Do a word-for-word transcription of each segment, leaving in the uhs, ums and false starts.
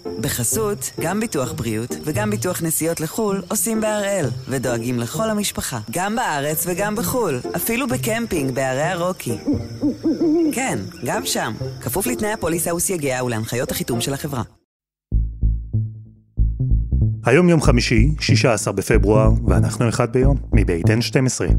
בחסות, גם ביטוח בריאות וגם ביטוח נסיעות לחול עושים בהראל, ודואגים לכל המשפחה, גם בארץ וגם בחול, אפילו בקמפינג בערי הרוקי. כן, גם שם, כפוף לתנאי הפוליסה וסייגיה ולהנחיות החיתום של החברה. היום יום חמישי, שישה עשר בפברואר, ואנחנו אחד ביום, מבית אן שתים עשרה.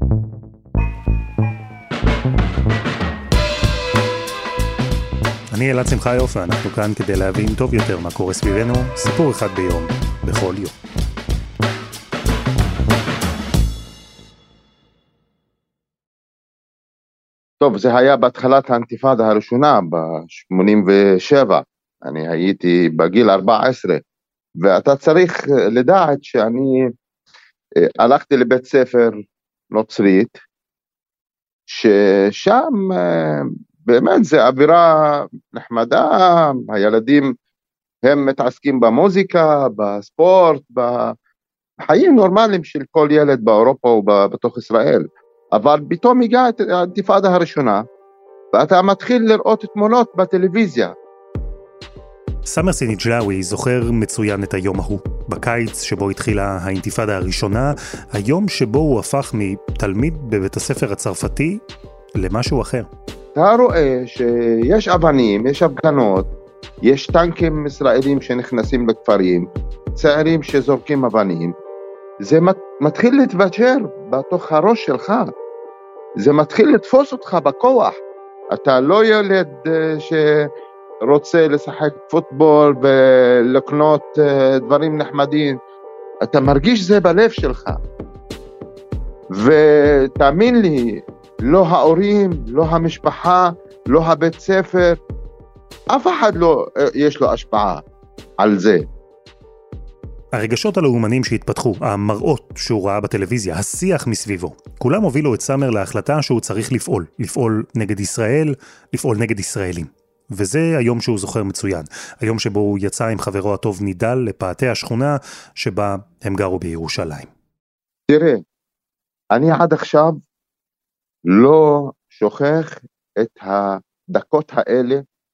אני אלעד שמחיוף, ואנחנו כאן כדי להבין טוב יותר מה קורה סביבנו, סיפור אחד ביום, בכל יום. טוב, זה היה בהתחלת האינתיפאדה הראשונה, ב-שמונים ושבע. אני הייתי בגיל ארבע עשרה, ואתה צריך לדעת שאני הלכתי לבית ספר נוצרית, ששם באמת זה אווירה נחמדה, הילדים הם מתעסקים במוזיקה, בספורט, בחיים נורמליים של כל ילד באירופה ובתוך ישראל. אבל פתאום הגיעה האינתיפאדה הראשונה, ואתה מתחיל לראות תמונות בטלוויזיה. סאמר סינג'לאווי זוכר מצוין את היום ההוא, בקיץ שבו התחילה האינתיפאדה הראשונה, היום שבו הוא הפך מתלמיד בבית הספר הצרפתי למשהו אחר. אתה רואה שיש אבנים, יש הפגנות, יש טנקים ישראלים שנכנסים לכפרים, צעירים שזורקים אבנים, זה מתחיל להתבצר בתוך הראש שלך, זה מתחיל לתפוס אותך בכוח. אתה לא ילד שרוצה לשחק פוטבול ולקנות דברים נחמדים, אתה מרגיש זה בלב שלך. ותאמין לי, לא ההורים, לא המשפחה, לא הבית ספר, אף אחד לא יש לו השפעה על זה. הרגשות הלאומנים שהתפתחו, המראות שהוא ראה בטלוויזיה, השיח מסביבו, כולם הובילו את סאמר להחלטה שהוא צריך לפעול, לפעול נגד ישראל, לפעול נגד ישראלים. וזה היום שהוא זוכר מצוין, היום שבו הוא יצא עם חברו הטוב נידל לפאתי השכונה שבה הם גרו בירושלים. תראה, אני עד עכשיו לא שוכח את הדקות האלה,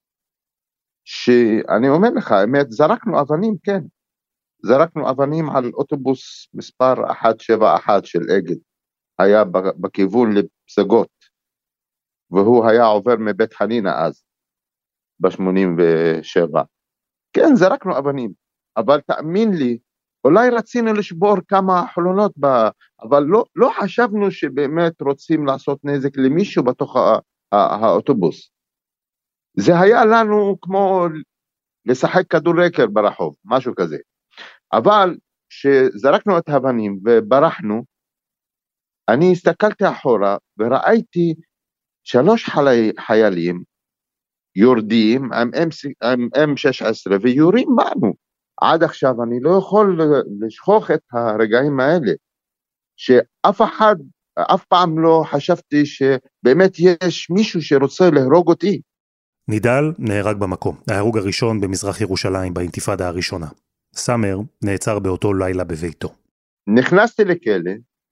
שאני אומר לך, האמת, זרקנו אבנים, כן. זרקנו אבנים על אוטובוס מספר אחת שבע אחת של אגד, היה בכיוון לפסגות, והוא היה עובר מבית חנינה אז, ב-שמונים ושבע. כן, זרקנו אבנים, אבל תאמין לי, אולי רצינו לשבור כמה חלונות, בה, אבל לא, לא חשבנו שבאמת רוצים לעשות נזק למישהו בתוך האוטובוס. זה היה לנו כמו לשחק כדורגל ברחוב, משהו כזה. אבל כשזרקנו את האבנים וברחנו, אני הסתכלתי אחורה וראיתי שלוש חי... חיילים יורדים עם אם שש עשרה ויורים בנו. עד עכשיו אני לא יכול לשכוח את הרגעים האלה, שאף אחד, אף פעם לא חשבתי שבאמת יש מישהו שרוצה להרוג אותי. נידל נהרג במקום, ההרוג הראשון במזרח ירושלים באינתיפאדה הראשונה. סאמר נעצר באותו לילה בביתו. נכנסתי לכלא,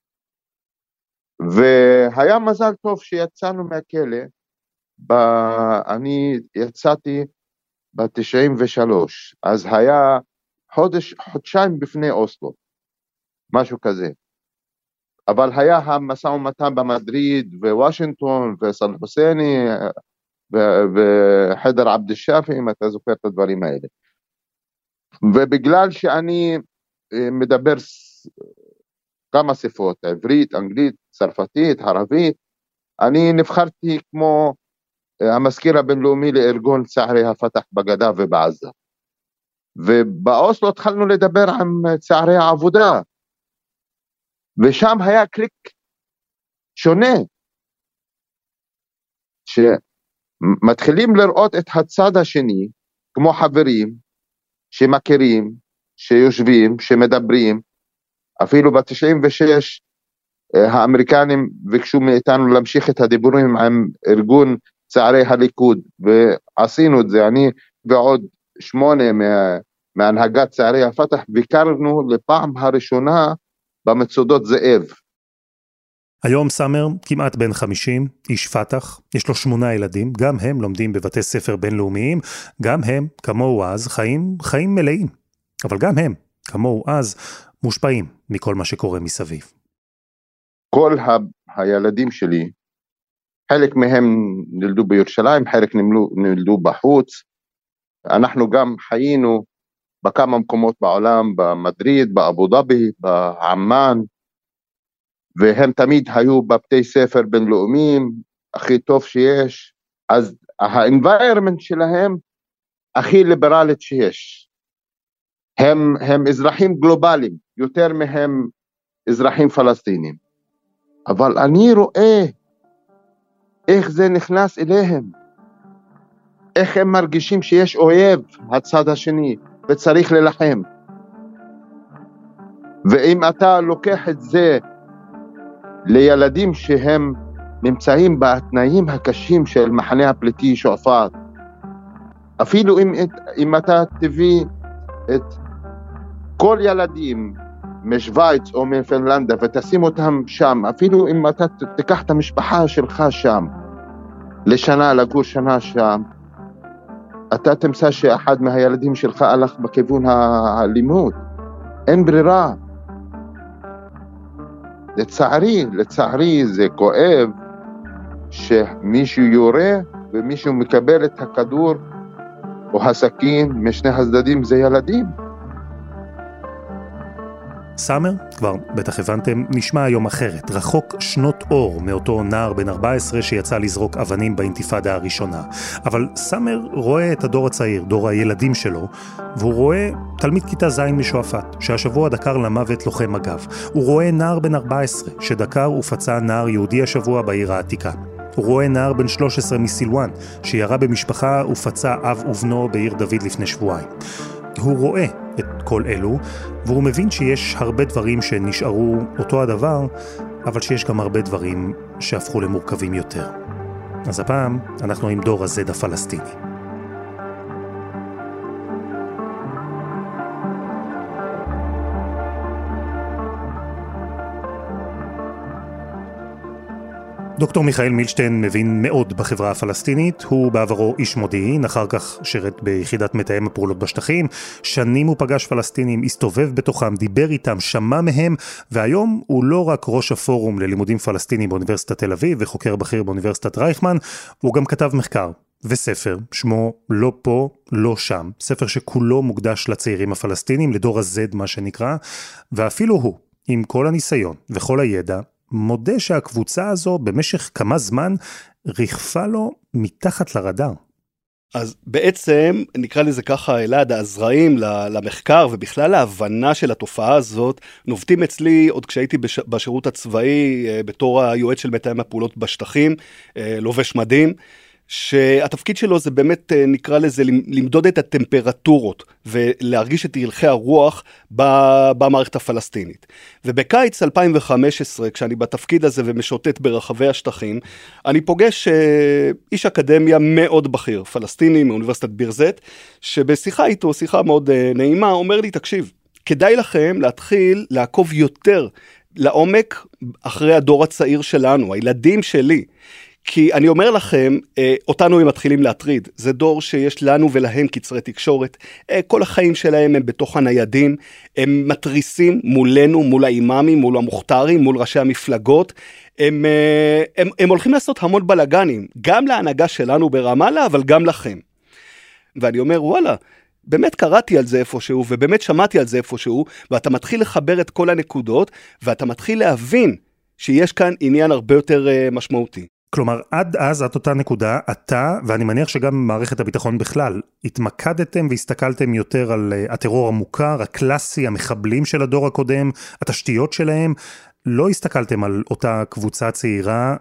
והיה מזל טוב שיצאנו מהכלא, ב... אני יצאתי ב-תשעים ושלוש, אז היה חודש, חודשיים בפני אוסלו, משהו כזה. אבל היה המשא ומתן במדריד ווושינגטון וסן חוסייני וחדר עבד אל-שאפי, אם אתה זוכר את הדברים האלה. ובגלל שאני מדבר כמה שפות, עברית, אנגלית, צרפתית, ערבית, אני נבחרתי כמו המזכיר הבינלאומי לארגון צערי הפתח בגדה ובעזה. ובאוסלו התחלנו לדבר עם צערי העבודה, ושם היה קליק שונה, שמתחילים לראות את הצד השני, כמו חברים, שמכירים, שיושבים, שמדברים. אפילו ב-תשעים ושש האמריקנים ביקשו מאיתנו להמשיך את הדיבורים עם ארגון צערי הליכוד, ועשינו את זה. אני ועוד שמונה מה, מהנהגת צערי הפתח ביקרנו לפעם הראשונה במצודות זאב. היום סאמר כמעט בן חמישים, איש פתח, יש לו שמונה ילדים, גם הם לומדים בבתי ספר בינלאומיים, גם הם, כמוהו אז, חיים, חיים מלאים. אבל גם הם, כמוהו אז, מושפעים מכל מה שקורה מסביב. כל ה- הילדים שלי, חלק מהם נולדו בירושלים, חלק נולדו, נולדו בחוץ. אנחנו גם חיינו בכמה מקומות בעולם, במדריד, באבו דאבי, בעמן, והם תמיד היו בבתי ספר בינלאומיים, הכי טוב שיש. אז ה-environment שלהם הכי ליברלית שיש. הם, הם אזרחים גלובליים, יותר מהם אזרחים פלסטינים. אבל אני רואה איך זה נכנס אליהם. איך הם מרגישים שיש אויב הצד השני, וצריך ללחם. ואם אתה לוקח את זה לילדים שהם נמצאים בתנאים הקשים של מחנה הפליטי שועפאט, אפילו אם, אם אתה תביא את כל ילדים משוויץ או מפינלנדה ותשים אותם שם, אפילו אם אתה תיקח את המשפחה שלך שם לשנה, לגור שנה שם, אתה תמצא שאחד מהילדים שלך הלך בכיוון האלימות. אין ברירה. לצערי, לצערי זה כואב שמישהו יורה ומישהו מקבל את הכדור או הסכין משני הצדדים, זה ילדים. סאמר, כבר בטח הבנתם, נשמע היום אחרת, רחוק שנות אור מאותו נער בן ארבע עשרה שיצא לזרוק אבנים באינתיפאדה הראשונה. אבל סאמר רואה את הדור הצעיר, דור הילדים שלו, והוא רואה תלמיד כיתה ז' משועפאט, שהשבוע דקר למוות לוחם מג"ב. הוא רואה נער בן ארבע עשרה שדקר ופצע נער יהודי השבוע בעיר העתיקה. הוא רואה נער בן שלוש עשרה מסילואן, שירה במשפחה ופצע אב ובנו בעיר דוד לפני שבועיים. הוא רואה את כל אלו, והוא מבין שיש הרבה דברים שנשארו אותו הדבר, אבל שיש גם הרבה דברים שהפכו למורכבים יותר. אז הפעם אנחנו עם דור הזד הפלסטיני. דוקטור מיכאל מילשטיין מבין מאוד בחברה הפלסטינית, הוא בעברו איש מודיעין, אחר כך שרת ביחידת מתאם הפעולות בשטחים, שנים הוא פגש פלסטינים, הסתובב בתוכם, דיבר איתם, שמע מהם, והיום הוא לא רק ראש הפורום ללימודים פלסטינים באוניברסיטת תל אביב וחוקר בכיר באוניברסיטת רייכמן, הוא גם כתב מחקר וספר, שמו לא פה, לא שם, ספר שכולו מוקדש לצעירים הפלסטינים, לדור הזד מה שנקרא, ואפילו הוא, עם כל הניסיון וכל הידע, מודה שהקבוצה הזו במשך כמה זמן ריחפה לו מתחת לרדאר. אז בעצם נקרא לזה ככה, אלעד, הזרעים למחקר ובכלל להבנה של התופעה הזאת נובטים אצלי עוד כשהייתי בש... בשירות הצבאי בתור היועץ של מתאם הפעולות בשטחים, לובש מדים, שהתפקיד שלו זה באמת נקרא לזה למדוד את הטמפרטורות ולהרגיש את הלכי הרוח במערכת הפלסטינית. ובקיץ אלפיים וחמש עשרה, כשאני בתפקיד הזה ומשוטט ברחבי השטחים, אני פוגש איש אקדמיה מאוד בכיר, פלסטיני מאוניברסיטת ביר זית, שבשיחה איתו, שיחה מאוד נעימה, אומר לי, תקשיב, כדאי לכם להתחיל לעקוב יותר לעומק אחרי הדור הצעיר שלנו, הילדים שלי, כי אני אומר לכם, אותנו הם מתחילים להטריד, זה דור שיש לנו ולהם קצרי תקשורת, כל החיים שלהם הם בתוך הניידים, הם מטריסים מולנו, מול האימאמים, מול המוכתרים, מול ראשי המפלגות, הם, הם, הם הולכים לעשות המון בלגנים, גם להנהגה שלנו ברמאללה, אבל גם לכם. ואני אומר, וואלה, באמת קראתי על זה איפשהו, ובאמת שמעתי על זה איפשהו, ואתה מתחיל לחבר את כל הנקודות, ואתה מתחיל להבין שיש כאן עניין הרבה יותר משמעותי. כלומר, עד אז, עד אותה נקודה, אתה, ואני מניח שגם מערכת הביטחון בכלל, התמקדתם והסתכלתם יותר על הטרור המוכר, הקלאסי, המחבלים של הדור הקודם, התשתיות שלהם, לא הסתכלתם על אותה קבוצה צעירה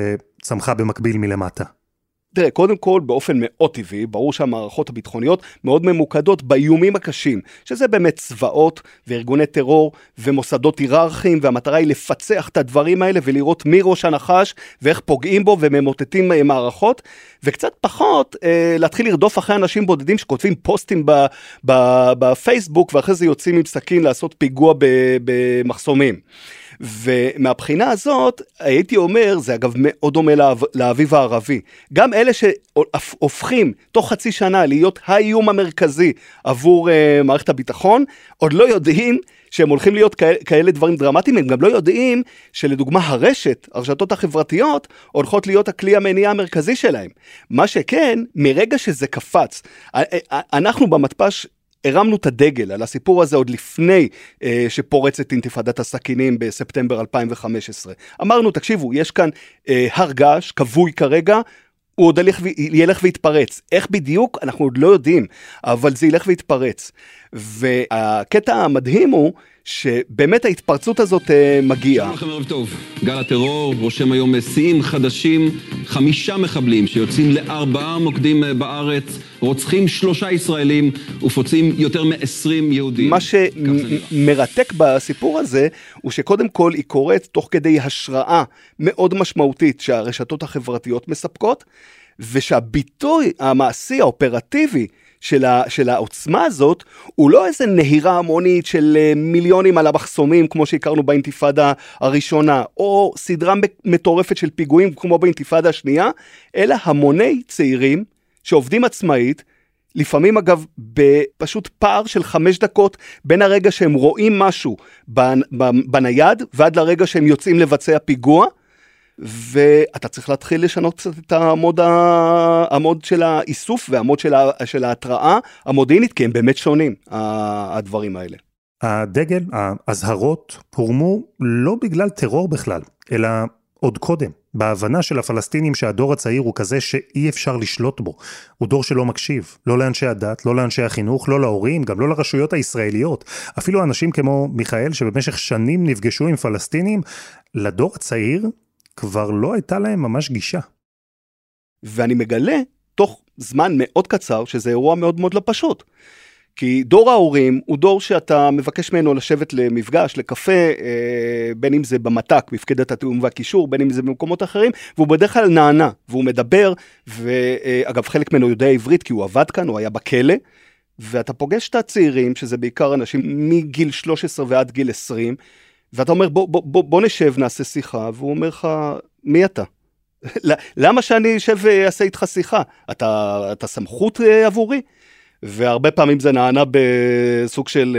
שצמחה במקביל מלמטה. תראה, קודם כל, באופן מאוד טבעי, ברור שהמערכות הביטחוניות מאוד ממוקדות באיומים הקשים, שזה באמת צבאות וארגוני טרור ומוסדות היררכיים, והמטרה היא לפצח את הדברים האלה ולראות מי ראש הנחש ואיך פוגעים בו וממוטטים מערכות, וקצת פחות אה, להתחיל לרדוף אחרי אנשים בודדים שכותבים פוסטים ב, ב, בפייסבוק, ואחרי זה יוצאים עם סכין לעשות פיגוע במחסומים. ומהבחינה הזאת, הייתי אומר, זה אגב מאוד דומה לאביב הערבי, גם אלה שהופכים תוך חצי שנה להיות האיום המרכזי עבור uh, מערכת הביטחון, עוד לא יודעים שהם הולכים להיות כאלה, כאלה דברים דרמטיים, הם גם לא יודעים שלדוגמה הרשת, הרשתות החברתיות, הולכות להיות הכלי המניע המרכזי שלהם. מה שכן, מרגע שזה קפץ, אנחנו במתפ"ש הרמנו את הדגל על הסיפור הזה עוד לפני אה, שפורצת אינתיפאדת הסכינים בספטמבר אלפיים וחמש עשרה. אמרנו, תקשיבו, יש כאן אה, הרגש, כבוי כרגע, הוא עוד ילך, ילך ויתפרץ. איך בדיוק? אנחנו עוד לא יודעים, אבל זה ילך ויתפרץ. והקטע המדהים הוא שבאמת ההתפרצות הזאת מגיעה. שלום לכם, ערב טוב. גל הטרור רושם היום שיאים חדשים, חמישה מחבלים שיוצאים לארבעה מוקדים בארץ, רוצחים שלושה ישראלים ופוצעים יותר מ-עשרים יהודים. מה שמרתק בסיפור הזה הוא שקודם כל היא קורית תוך כדי השראה מאוד משמעותית שהרשתות החברתיות מספקות, ושהביטוי המעשי האופרטיבי של, ה, של העוצמה הזאת, הוא לא איזה נהירה המונית של מיליונים על המחסומים, כמו שהכרנו באינתיפאדה הראשונה, או סדרה מטורפת של פיגועים, כמו באינתיפאדה השנייה, אלא המוני צעירים שעובדים עצמאית, לפעמים אגב בפשוט פער של חמש דקות, בין הרגע שהם רואים משהו בנייד, ועד לרגע שהם יוצאים לבצע פיגוע, ואתה צריך להתחיל לשנות קצת את המוד, המוד של האיסוף והמוד של, ה, של ההתראה המודיעינית, כי הם באמת שונים, הדברים האלה. הדגל, ההזהרות, הורמו לא בגלל טרור בכלל, אלא עוד קודם, בהבנה של הפלסטינים שהדור הצעיר הוא כזה שאי אפשר לשלוט בו. הוא דור שלא מקשיב, לא לאנשי הדת, לא לאנשי החינוך, לא להורים, גם לא לרשויות הישראליות. אפילו אנשים כמו מיכאל שבמשך שנים נפגשו עם פלסטינים, לדור הצעיר כבר לא הייתה להם ממש גישה. ואני מגלה תוך זמן מאוד קצר שזה אירוע מאוד מאוד לא פשוט. כי דור ההורים הוא דור שאתה מבקש ממנו לשבת למפגש, לקפה, בין אם זה במתק, מפקדת התיאום והקישור, בין אם זה במקומות אחרים, והוא בדרך כלל נענה, והוא מדבר, ואגב חלק ממנו יודע עברית כי הוא עבד כאן, הוא היה בכלא, ואתה פוגש את הצעירים, שזה בעיקר אנשים מגיל שלוש עשרה ועד גיל עשרים, ואתה אומר, בוא, בוא, בוא, בוא נשב, נעשה שיחה, והוא אומר לך, מי אתה? למה שאני אשב ועשה איתך שיחה? אתה, אתה סמכות עבורי? והרבה פעמים זה נענה בסוג של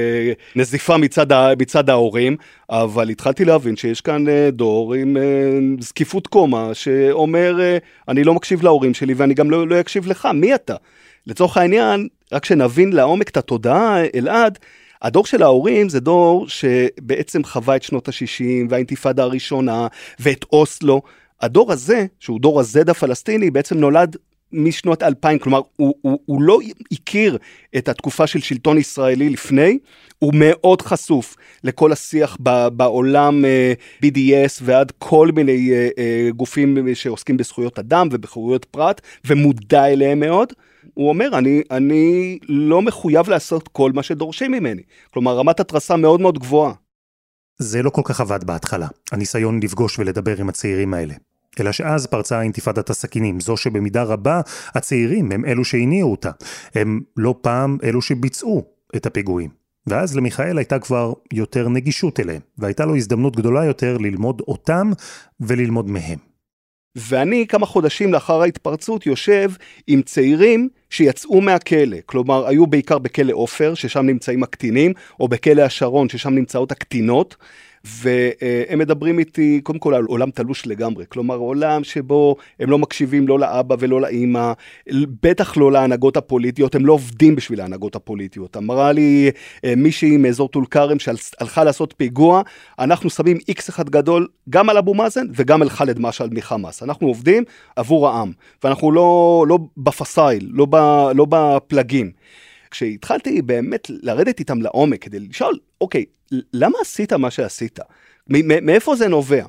נזיפה מצד, מצד ההורים, אבל התחלתי להבין שיש כאן דור עם זקיפות קומה, שאומר, אני לא מקשיב להורים שלי, ואני גם לא, לא אקשיב לך, מי אתה? לצורך העניין, רק שנבין לעומק את התודעה, אלעד, הדור של ההורים זה דור שבעצם חווה את שנות ה-שישים והאינתיפאדה הראשונה ואת אוסלו. הדור הזה, שהוא דור הזד הפלסטיני, בעצם נולד משנות אלפיים, כלומר הוא, הוא, הוא לא הכיר את התקופה של שלטון ישראלי לפני, הוא מאוד חשוף לכל השיח בעולם בי די אס ועד כל מיני גופים שעוסקים בזכויות אדם ובחירויות פרט, ומודע אליהם מאוד. הוא אומר, אני, אני לא מחויב לעשות כל מה שדורשים ממני. כלומר, רמת התרסה מאוד מאוד גבוהה. זה לא כל כך עבד בהתחלה, הניסיון לפגוש ולדבר עם הצעירים האלה. אלא שאז פרצה אינתיפאדת הסכינים, זו שבמידה רבה הצעירים הם אלו שהניעו אותה. הם לא פעם אלו שביצעו את הפיגועים. ואז למיכאל הייתה כבר יותר נגישות אליהם, והייתה לו הזדמנות גדולה יותר ללמוד אותם וללמוד מהם. ואני כמה חודשים לאחר ההתפרצות יושב עם צעירים שיצאו מהכלא, כלומר היו בעיקר בכלא אופר, ששם נמצאים הקטינים, או בכלא השרון, ששם נמצאות הקטינות, והם מדברים איתי קודם כל על עולם תלוש לגמרי, כלומר עולם שבו הם לא מקשיבים לא לאבא ולא לאמא, בטח לא להנהגות הפוליטיות, הם לא עובדים בשביל ההנהגות הפוליטיות. אמרה לי מישהי מאזור טול כרם שהלכה לעשות פיגוע, אנחנו שמים איקס אחד גדול גם על אבו מאזן וגם על ח'אלד משעל מחמאס, אנחנו עובדים עבור העם, ואנחנו לא, לא בפסייל, לא, ב, לא בפלגים. כשהתחלתי באמת לרדת איתם לעומק כדי לשאול, אוקיי, למה עשית מה שעשית? מאיפה זה נובע?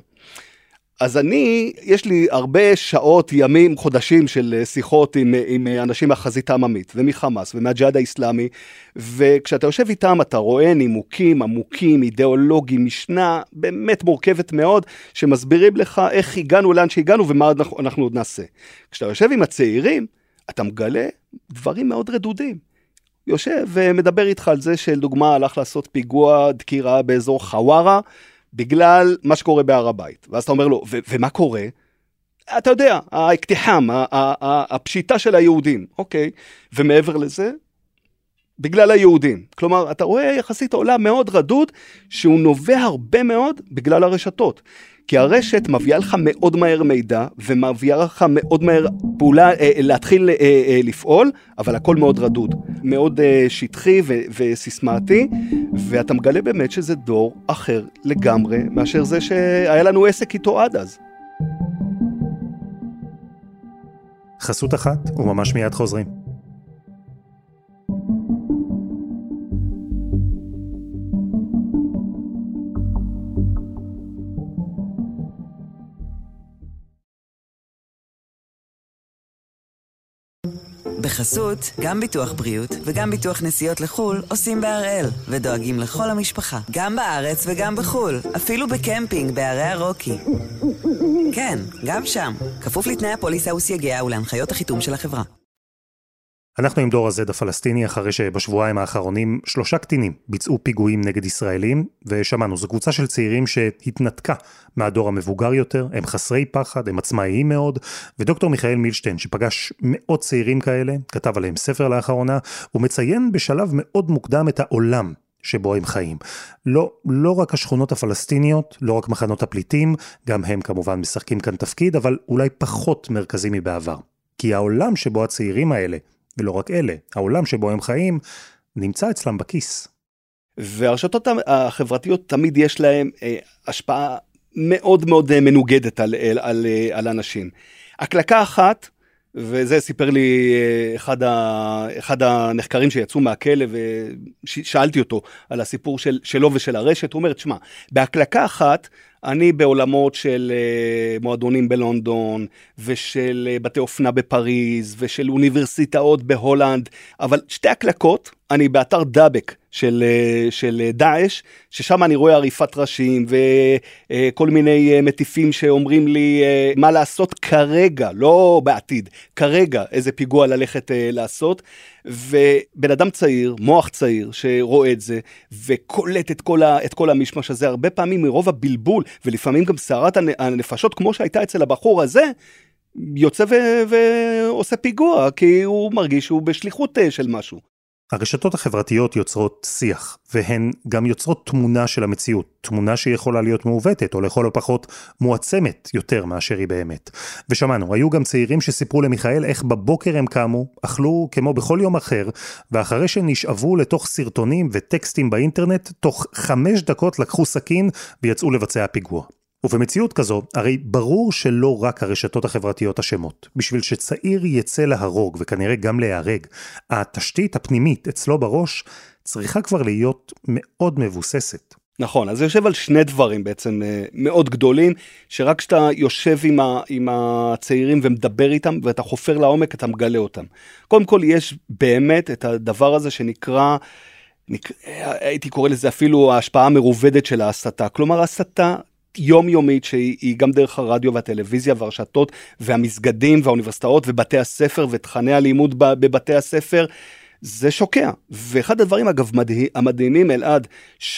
אז אני, יש לי הרבה שעות, ימים, חודשים של שיחות עם, עם אנשים מהחזית העממית, ומחמאס, ומהג'יהאד האסלאמי, וכשאתה יושב איתם, אתה רואה נימוקים, עמוקים, אידיאולוגיים, משנה באמת מורכבת מאוד, שמסבירים לך איך הגענו לאן שהגענו, ומה אנחנו, אנחנו עוד נעשה. כשאתה יושב עם הצעירים, אתה מגלה דברים מאוד רדודים. יושב ומדבר איתך על זה שלדוגמה הלך לעשות פיגוע דקירה באזור חווארה, בגלל מה שקורה בהר הבית. ואז אתה אומר לו, ו- ומה קורה? אתה יודע, ההקתיחם, הפשיטה של היהודים, אוקיי, ומעבר לזה, בגלל היהודים. כלומר, אתה רואה יחסית עולם מאוד רדוד, שהוא נובע הרבה מאוד בגלל הרשתות. כי הרשת מביאה לך מאוד מהר מידע, ומביאה לך מאוד מהר פעולה, אה, להתחיל אה, אה, לפעול, אבל הכל מאוד רדוד. מאוד אה, שטחי ו- וסיסמאתי, ואתה מגלה באמת שזה דור אחר לגמרי, מאשר זה שהיה לנו עסק איתו עד אז. חסות אחת, וממש מיד חוזרים. בחסות, גם ביטוח בריאות וגם ביטוח נסיעות לחול עושים בהראל, ודואגים לכל המשפחה, גם בארץ וגם בחול, אפילו בקמפינג בערי הרוקי. כן, גם שם, כפוף לתנאי הפוליסה וסייגיה ולהנחיות החיתום של החברה. אנחנו עם דור הזד הפלסטיני, אחרי שבשבועיים האחרונים שלושה קטינים ביצעו פיגועים נגד ישראלים, ושמענו, זו קבוצה של צעירים שהתנתקה מהדור המבוגר יותר, הם חסרי פחד, הם עצמאיים מאוד, ודוקטור מיכאל מילשטיין, שפגש מאות צעירים כאלה, כתב עליהם ספר לאחרונה, הוא מציין בשלב מאוד מוקדם את העולם שבו הם חיים. לא, לא רק השכונות הפלסטיניות, לא רק מחנות הפליטים, גם הם כמובן משחקים כאן תפקיד, אבל אולי פחות מרכזי מבעבר. כי העולם שבו הצעירים האלה, ולא רק אלה, העולם שבו הם חיים, נמצא אצלם בכיס. והרשתות החברתיות תמיד יש להם אה, השפעה מאוד מאוד מנוגדת על, על, על, על אנשים. הקלקה אחת, וזה סיפר לי אחד, ה, אחד הנחקרים שיצאו מהכלא, ושאלתי אותו על הסיפור של, שלו ושל הרשת, הוא אומר, תשמע, בהקלקה אחת, אני בעולמות של uh, מועדונים בלונדון, ושל uh, בתי אופנה בפריז, ושל אוניברסיטאות בהולנד, אבל שתי הקלקות, אני באתר דאבק של, uh, של דאעש, ששם אני רואה עריפת ראשים, וכל uh, מיני uh, מטיפים שאומרים לי uh, מה לעשות כרגע, לא בעתיד, כרגע איזה פיגוע ללכת uh, לעשות, ובן אדם צעיר, מוח צעיר, שרואה את זה, וקולט את כל, ה, את כל המשמש הזה, הרבה פעמים מרוב הבלבול, ולפעמים גם סערת הנפשות, כמו שהייתה אצל הבחור הזה, יוצא ו- ועושה פיגוע, כי הוא מרגיש שהוא בשליחות של משהו. הרשתות החברתיות יוצרות שיח, והן גם יוצרות תמונה של המציאות, תמונה שיכולה להיות מעוותת, או לכל הפחות מועצמת יותר מאשר היא באמת. ושמענו, היו גם צעירים שסיפרו למיכאל איך בבוקר הם קמו, אכלו כמו בכל יום אחר, ואחרי שנשאבו לתוך סרטונים וטקסטים באינטרנט, תוך חמש דקות לקחו סכין ויצאו לבצע פיגוע. ובמציאות כזו, הרי ברור שלא רק הרשתות החברתיות אשמות. בשביל שצעיר יצא להרוג, וכנראה גם להיהרג, התשתית הפנימית אצלו בראש צריכה כבר להיות מאוד מבוססת. נכון, אז זה יושב על שני דברים בעצם מאוד גדולים, שרק כשאתה יושב עם, ה, עם הצעירים ומדבר איתם, ואתה חופר לעומק, אתה מגלה אותם. קודם כל, יש באמת את הדבר הזה שנקרא, נק... הייתי קורא לזה אפילו ההשפעה המרובדת של ההסתה. כלומר, ההסתה יומיומית שהיא גם דרך הרדיו והטלוויזיה והרשתות והמסגדים והאוניברסיטאות ובתי הספר ותכני הלימוד בבתי הספר, זה שוקע. ואחד הדברים אגב המדהימים אלעד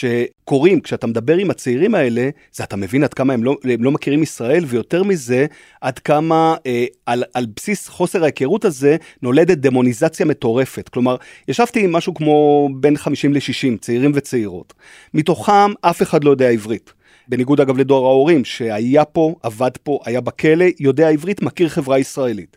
שקורים כשאתה מדבר עם הצעירים האלה, זה אתה מבין עד כמה הם לא, הם לא מכירים ישראל, ויותר מזה עד כמה אה, על, על בסיס חוסר ההיכרות הזה נולדת דמוניזציה מטורפת. כלומר, ישבתי עם משהו כמו בין חמישים לשישים צעירים וצעירות, מתוכם אף אחד לא יודע עברית. בניגוד אגב לדור ההורים, שהיה פה, עבד פה, היה בכלא, יודע עברית, מכיר חברה ישראלית.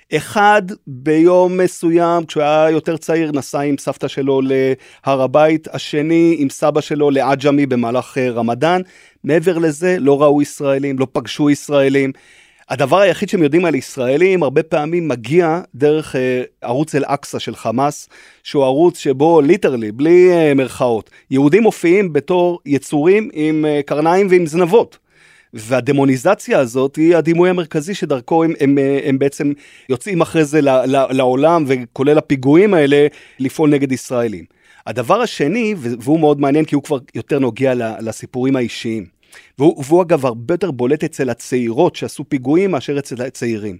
אחד ביום מסוים, כשהוא היה יותר צעיר, נסע עם סבתא שלו להר הבית, השני עם סבא שלו לעג'מי במהלך רמדאן, מעבר לזה לא ראו ישראלים, לא פגשו ישראלים. הדבר היחיד שהם יודעים על ישראלים, הרבה פעמים מגיע דרך אה, ערוץ אל-אקסה של חמאס, שהוא ערוץ שבו ליטרלי, בלי אה, מרכאות, יהודים מופיעים בתור יצורים עם אה, קרניים ועם זנבות. והדמוניזציה הזאת היא הדימוי המרכזי שדרכו הם, הם, הם בעצם יוצאים אחרי זה לעולם, וכולל הפיגועים האלה, לפעול נגד ישראלים. הדבר השני, והוא מאוד מעניין כי הוא כבר יותר נוגע לסיפורים האישיים, והוא, והוא אגב הרבה יותר בולט אצל הצעירות שעשו פיגועים מאשר אצל הצעירים.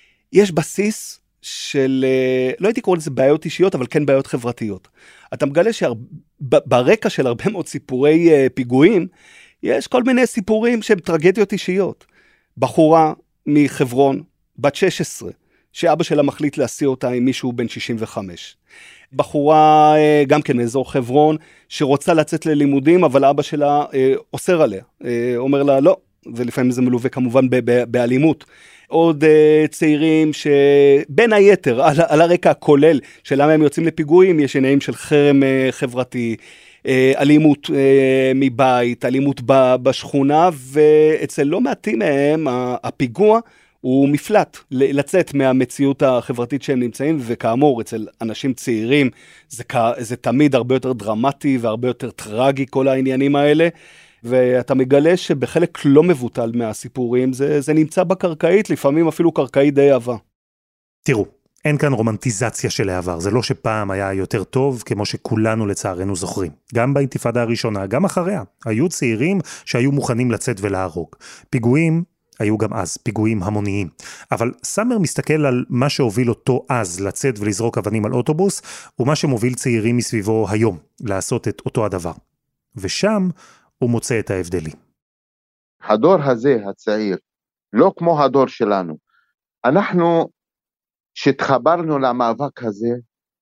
יש בסיס של, לא הייתי קורא לזה בעיות אישיות, אבל כן בעיות חברתיות. אתה מגלה שברקע של הרבה מאוד סיפורי פיגועים, יש כל מיני סיפורים שהם טרגדיות אישיות. בחורה מחברון, בת שש עשרה, שאבא שלה מחליט להסיע אותה עם מישהו בן שישים וחמש. בחורה גם כן מאזור חברון, שרוצה לצאת ללימודים, אבל אבא שלה אה, אוסר עליה, אה, אומר לה לא, ולפעמים זה מלווה כמובן ב- ב- באלימות. עוד uh, צעירים שבין היתר, על, על הרקע הכולל של למה הם יוצאים לפיגועים, יש עניינים של חרם uh, חברתי, uh, אלימות uh, מבית, אלימות ב, בשכונה, ואצל לא מעטים מהם הפיגוע הוא מפלט לצאת מהמציאות החברתית שהם נמצאים, וכאמור אצל אנשים צעירים זה, זה תמיד הרבה יותר דרמטי והרבה יותר טרגי כל העניינים האלה, ואתה מגלה שבחלק לא מבוטל מהסיפורים זה, זה נמצא בקרקעית, לפעמים אפילו קרקעית די אהבה. תראו, אין כאן רומנטיזציה של העבר, זה לא שפעם היה יותר טוב כמו שכולנו לצערנו זוכרים. גם באינתיפאדה הראשונה, גם אחריה, היו צעירים שהיו מוכנים לצאת ולהרוג. פיגועים היו גם אז, פיגועים המוניים. אבל סאמר מסתכל על מה שהוביל אותו אז לצאת ולזרוק אבנים על אוטובוס, ומה שמוביל צעירים מסביבו היום לעשות את אותו הדבר. ושם הוא מוצא את ההבדלים. הדור הזה, הצעיר, לא כמו הדור שלנו. אנחנו, שהתחברנו למאבק הזה,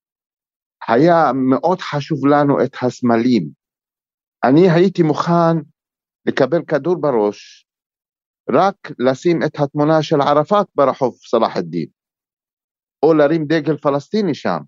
היה מאוד חשוב לנו את הסמלים. אני הייתי מוכן לקבל כדור בראש, רק לשים את התמונה של ערפאת ברחוב סלאח א-דין, או להרים דגל פלסטיני שם.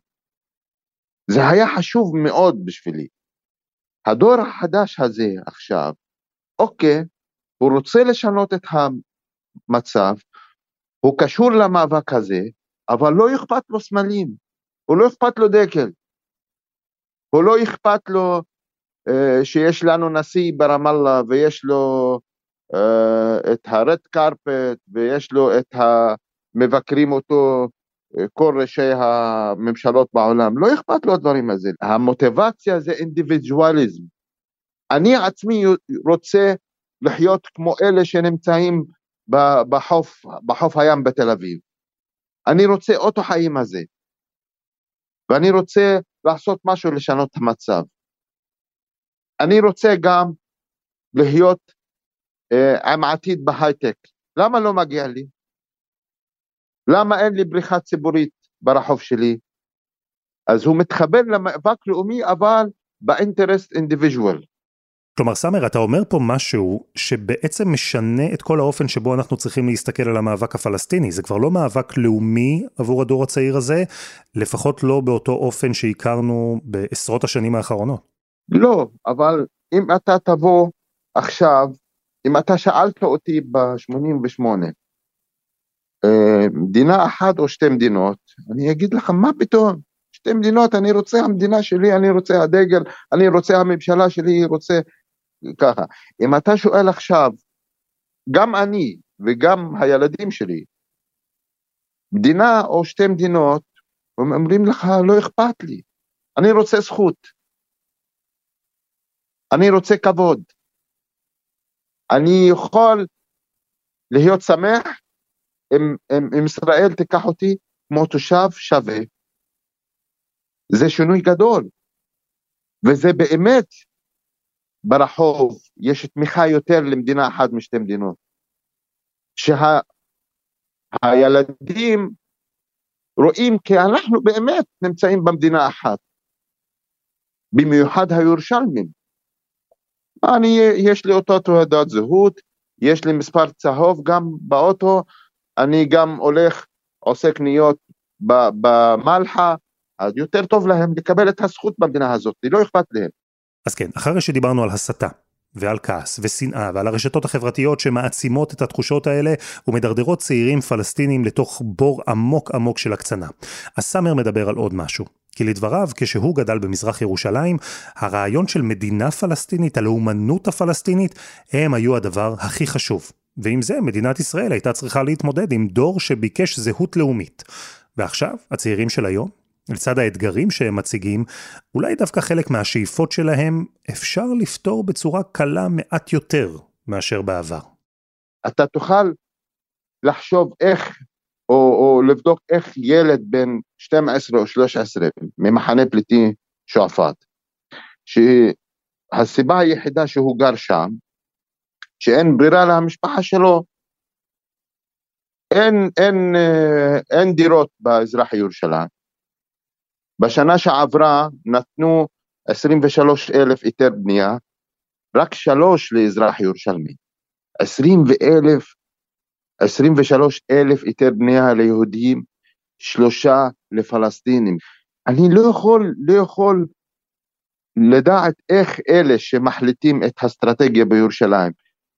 זה היה חשוב מאוד בשבילי. הדור החדש הזה עכשיו, אוקיי, הוא רוצה לשנות את המצב, הוא קשור למאבק הזה, אבל לא אכפת לו סמלים, הוא לא אכפת לו דגל, הוא לא אכפת לו אה, שיש לנו נשיא ברמאללה, ויש לו אה, את הרד קרפט, ויש לו את המבקרים אותו, כל ראשי הממשלות בעולם, לא אכפת לו הדברים הזה. המוטיבציה זה אינדיבידואליזם. אני עצמי רוצה לחיות כמו אלה שנמצאים בחוף, בחוף הים בתל אביב. אני רוצה אותו חיים הזה. ואני רוצה לעשות משהו לשנות המצב. אני רוצה גם להיות אה, עם עתיד בהייטק. למה לא מגיע לי? למה אין לי בריכה ציבורית ברחוב שלי? אז הוא מתחבר למאבק לאומי, אבל באינטרסט אינדיבידואל. כלומר, סאמר, אתה אומר פה משהו שבעצם משנה את כל האופן שבו אנחנו צריכים להסתכל על המאבק הפלסטיני. זה כבר לא מאבק לאומי עבור הדור הצעיר הזה, לפחות לא באותו אופן שהכרנו בעשרות השנים האחרונות. לא, אבל אם אתה תבוא עכשיו, אם אתה שאלת אותי ב-שמונים ושמונה, מדינה אחת או שתי מדינות, אני אגיד לך, מה פתאום? שתי מדינות, אני רוצה המדינה שלי, אני רוצה הדגל, אני רוצה הממשלה שלי, רוצה ככה. אם אתה שואל עכשיו, גם אני וגם הילדים שלי, מדינה או שתי מדינות, הם אומרים לך, לא אכפת לי. אני רוצה זכות. אני רוצה כבוד. אני יכול להיות שמח, אם, אם, אם ישראל תיקח אותי כמו תושב שווה, זה שינוי גדול, וזה באמת ברחוב, יש תמיכה יותר למדינה אחת משתי מדינות, שהילדים רואים כי אנחנו באמת נמצאים במדינה אחת, במיוחד הירושלמים. אני, יש לי אותו תעודת זהות, יש לי מספר צהוב גם באוטו, אני גם הולך, עושה קניות במלחה, אז יותר טוב להם לקבל את הזכות במדינה הזאת, לא אכפת להם. אז כן, אחרי שדיברנו על הסתה, ועל כעס ושנאה, ועל הרשתות החברתיות שמעצימות את התחושות האלה, ומדרדרות צעירים פלסטינים לתוך בור עמוק עמוק של הקצנה. אז סאמר מדבר על עוד משהו. כי לדבריו, כשהוא גדל במזרח ירושלים, הרעיון של מדינה פלסטינית, הלאומנות הפלסטינית, הם היו הדבר הכי חשוב. ועם זה מדינת ישראל הייתה צריכה להתמודד עם דור שביקש זהות לאומית. ועכשיו, הצעירים של היום, לצד האתגרים שהם מציגים, אולי דווקא חלק מהשאיפות שלהם אפשר לפתור בצורה קלה מעט יותר מאשר בעבר. אתה תוכל לחשוב איך, או, או לבדוק איך ילד בן שתים עשרה או שלוש עשרה ממחנה פליטי שועפאט, שהסיבה היחידה שהוא גר שם, שאין ברירה למשפחה שלו, אין, אין, אין דירות באזרח ירושלים. בשנה שעברה נתנו עשרים ושלושה אלף היתר בנייה, רק שלוש לאזרח ירושלמי. עשרים ושלושה אלף היתר בנייה ליהודים, שלושה לפלסטינים. אני לא יכול, לא יכול לדעת איך אלה שמחליטים את האסטרטגיה בירושלים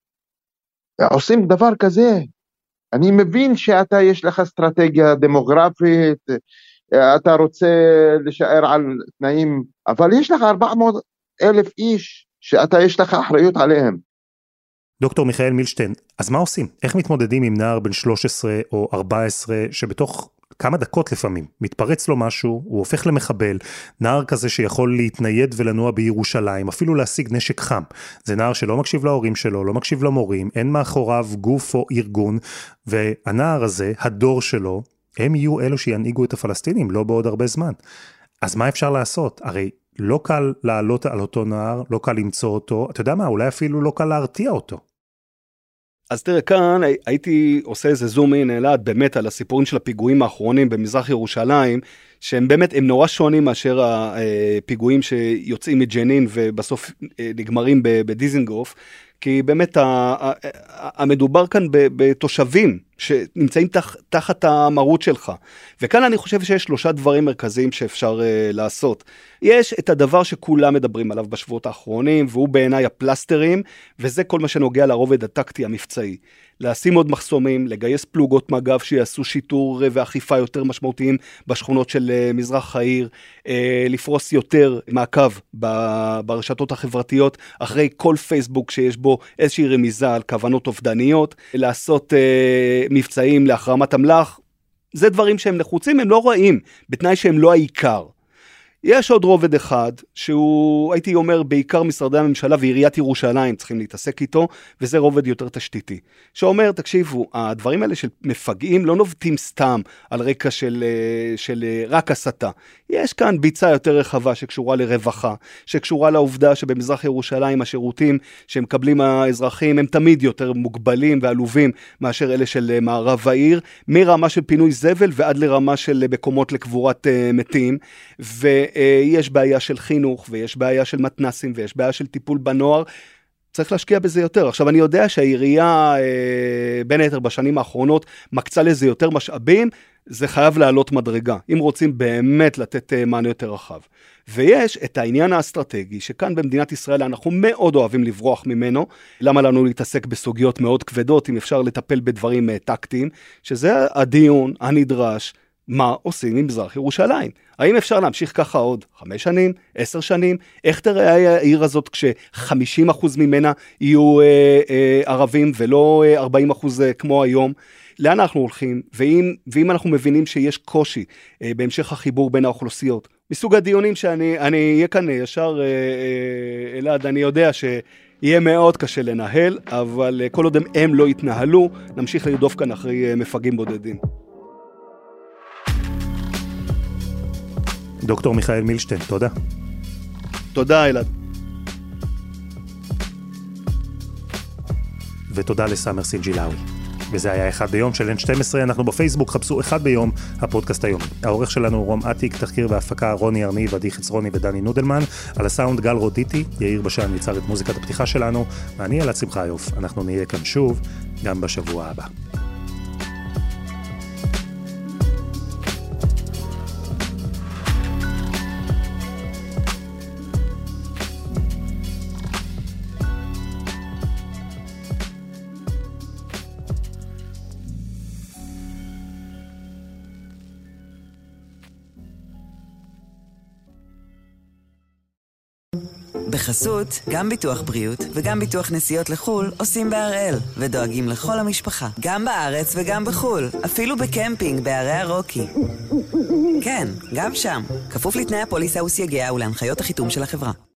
עושים דבר כזה. אני מבין שאתה יש לך אסטרטגיה דמוגרפית, אתה רוצה לשאר על תנאים, אבל יש לך ארבע מאות אלף איש שאתה יש לך אחריות עליהם. דוקטור מיכאל מילשטיין, אז מה עושים? איך מתמודדים עם נער בן שלוש עשרה או ארבע עשרה שבתוך כמה דקות לפעמים מתפרץ לו משהו, הוא הופך למחבל, נער כזה שיכול להתנייד ולנוע בירושלים, אפילו להשיג נשק חם. זה נער שלא מקשיב להורים שלו, לא מקשיב למורים, אין מאחוריו גוף או ארגון, והנער הזה, הדור שלו, הם יהיו אלו שינהיגו את הפלסטינים, לא בעוד הרבה זמן. אז מה אפשר לעשות? הרי לא קל לעלות על אותו נער, לא קל למצוא אותו, אתה יודע מה, אולי אפילו לא קל להרתיע אותו. אז תראה, כאן הייתי עושה איזה זום אין אלעד באמת על הסיפורים של הפיגועים האחרונים במזרח ירושלים, שהם באמת, הם נורא שונים מאשר הפיגועים שיוצאים מג'נין ובסוף נגמרים בדיזנגוף, כי באמת המדובר כאן בתושבים שנמצאים תחת המרות שלך. וכאן אני חושב שיש שלושה דברים מרכזיים שאפשר לעשות. יש את הדבר שכולם מדברים עליו בשבועות האחרונים, והוא בעיניי הפלסטרים, וזה כל מה שנוגע לרובד הטקטי המבצעי. לשים עוד מחסומים, לגייס פלוגות מג"ב שיעשו שיטור ואכיפה יותר משמעותיים בשכונות של מזרח העיר, לפרוס יותר מעקב ברשתות החברתיות, אחרי כל פייסבוק שיש בו איזושהי רמיזה על כוונות אובדניות, לעשות מבצעים להחרמת המלח. זה דברים שהם נחוצים, הם לא רעים, בתנאי שהם לא העיקר. יש עוד רובד אחד, שהוא, הייתי אומר, בעיקר משרדי הממשלה ועיריית ירושלים צריכים להתעסק איתו, וזה רובד יותר תשתיתי. שאומר, תקשיבו, הדברים האלה של מפגעים לא נובטים סתם על רקע של, של רק הסתה. יש כאן ביצה יותר רחבה שקשורה לרווחה, שקשורה לעובדה שבמזרח ירושלים השירותים שמקבלים האזרחים הם תמיד יותר מוגבלים ועלובים מאשר אלה של מערב העיר, מרמה של פינוי זבל ועד לרמה של מקומות לקבורת מתים, ו... יש בעיה של חינוך, ויש בעיה של מתנסים, ויש בעיה של טיפול בנוער, צריך להשקיע בזה יותר. עכשיו, אני יודע שהעירייה, בין היתר בשנים האחרונות, מקצה לזה יותר משאבים, זה חייב לעלות מדרגה, אם רוצים באמת לתת מענה יותר רחב. ויש את העניין האסטרטגי, שכאן במדינת ישראל אנחנו מאוד אוהבים לברוח ממנו, למה לנו להתעסק בסוגיות מאוד כבדות, אם אפשר לטפל בדברים טקטיים, שזה הדיון הנדרש, מה עושים עם מזרח ירושלים? האם אפשר להמשיך ככה עוד חמש שנים, עשר שנים? איך תראה העיר הזאת כש-חמישים אחוז ממנה יהיו אה, אה, ערבים ולא אה, ארבעים אחוז אה, כמו היום? לאן אנחנו הולכים? ואם, ואם אנחנו מבינים שיש קושי אה, בהמשך החיבור בין האוכלוסיות, מסוג הדיונים שאני אני אהיה כאן ישר אה, אה, אלעד, אני יודע ש... יהיה מאוד קשה לנהל, אבל כל עוד הם לא יתנהלו, נמשיך לרדוף כאן אחרי מפגעים בודדים. דוקטור מיכאל מילשטיין, תודה. תודה, אלעד. ותודה לסאמר סינג'ילאוי. וזה היה אחד ביום של אן שתים עשרה, אנחנו בפייסבוק, חפשו אחד ביום, הפודקאסט היום. העורך שלנו הוא רום עתיק, תחקיר והפקה רוני ארניב, עדי חצרוני ודני נודלמן, על הסאונד גל רודיטי, יאיר בשן יצר את מוזיקת הפתיחה שלנו, ואני אלעד שמחיוף, אנחנו נהיה כאן שוב, גם בשבוע הבא. בחסות, גם ביטוח בריאות וגם ביטוח נסיעות לחול עושים בהראל ודואגים לכל המשפחה, גם בארץ וגם בחול, אפילו בקמפינג בערי הרוקי. כן, גם שם, כפוף לתנאי הפוליסה וסייגיה ולהנחיות החיתום של החברה.